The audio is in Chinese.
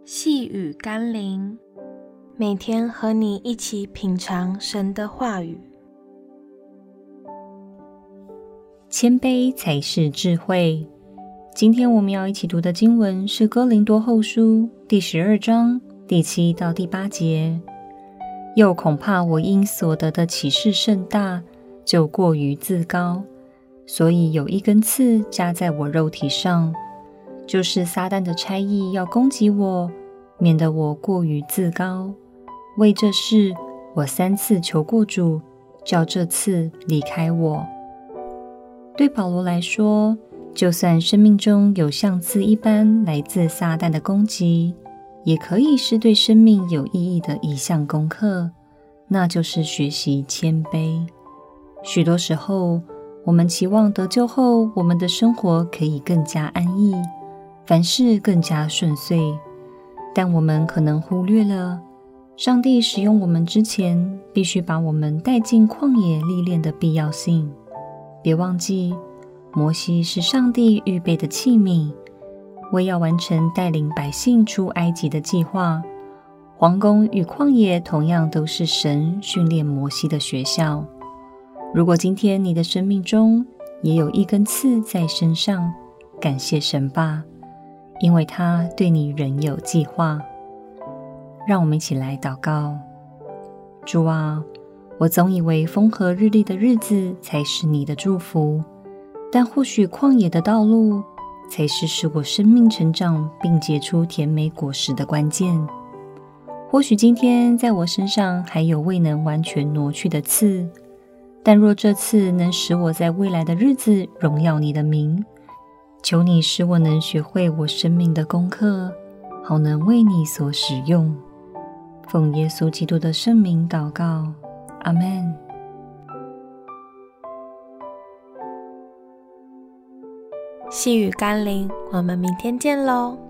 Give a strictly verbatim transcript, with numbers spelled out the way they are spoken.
细雨甘霖，每天和你一起品尝神的话语。 谦卑才是智慧。今天我们要一起读的经文是哥林多后书第十二章第七到第八节。又恐怕我因所得的启示甚大，就过于自高，所以有一根刺加在我肉体上，就是撒旦的差役要攻击我，免得我过于自高。为这事，我三次求过主，叫这刺离开我。对保罗来说，就算生命中有像刺一般来自撒旦的攻击，也可以是对生命有意义的一项功课，那就是学习谦卑。许多时候，我们期望得救后，我们的生活可以更加安逸，凡事更加顺遂，但我们可能忽略了，上帝使用我们之前，必须把我们带进旷野历练的必要性。别忘记，摩西是上帝预备的器皿，为要完成带领百姓出埃及的计划。皇宫与旷野同样都是神训练摩西的学校。如果今天你的生命中也有一根刺在身上，感谢神吧，因为他对你仍有计划。让我们一起来祷告。主啊，我总以为风和日丽的日子才是你的祝福，但或许旷野的道路才是使我生命成长并结出甜美果实的关键。或许今天在我身上还有未能完全挪去的刺，但若这刺能使我在未来的日子荣耀你的名，求你使我能学会我生命的功课，好能为你所使用。奉耶稣基督的圣名祷告，阿们。 细雨甘霖，我们明天见喽。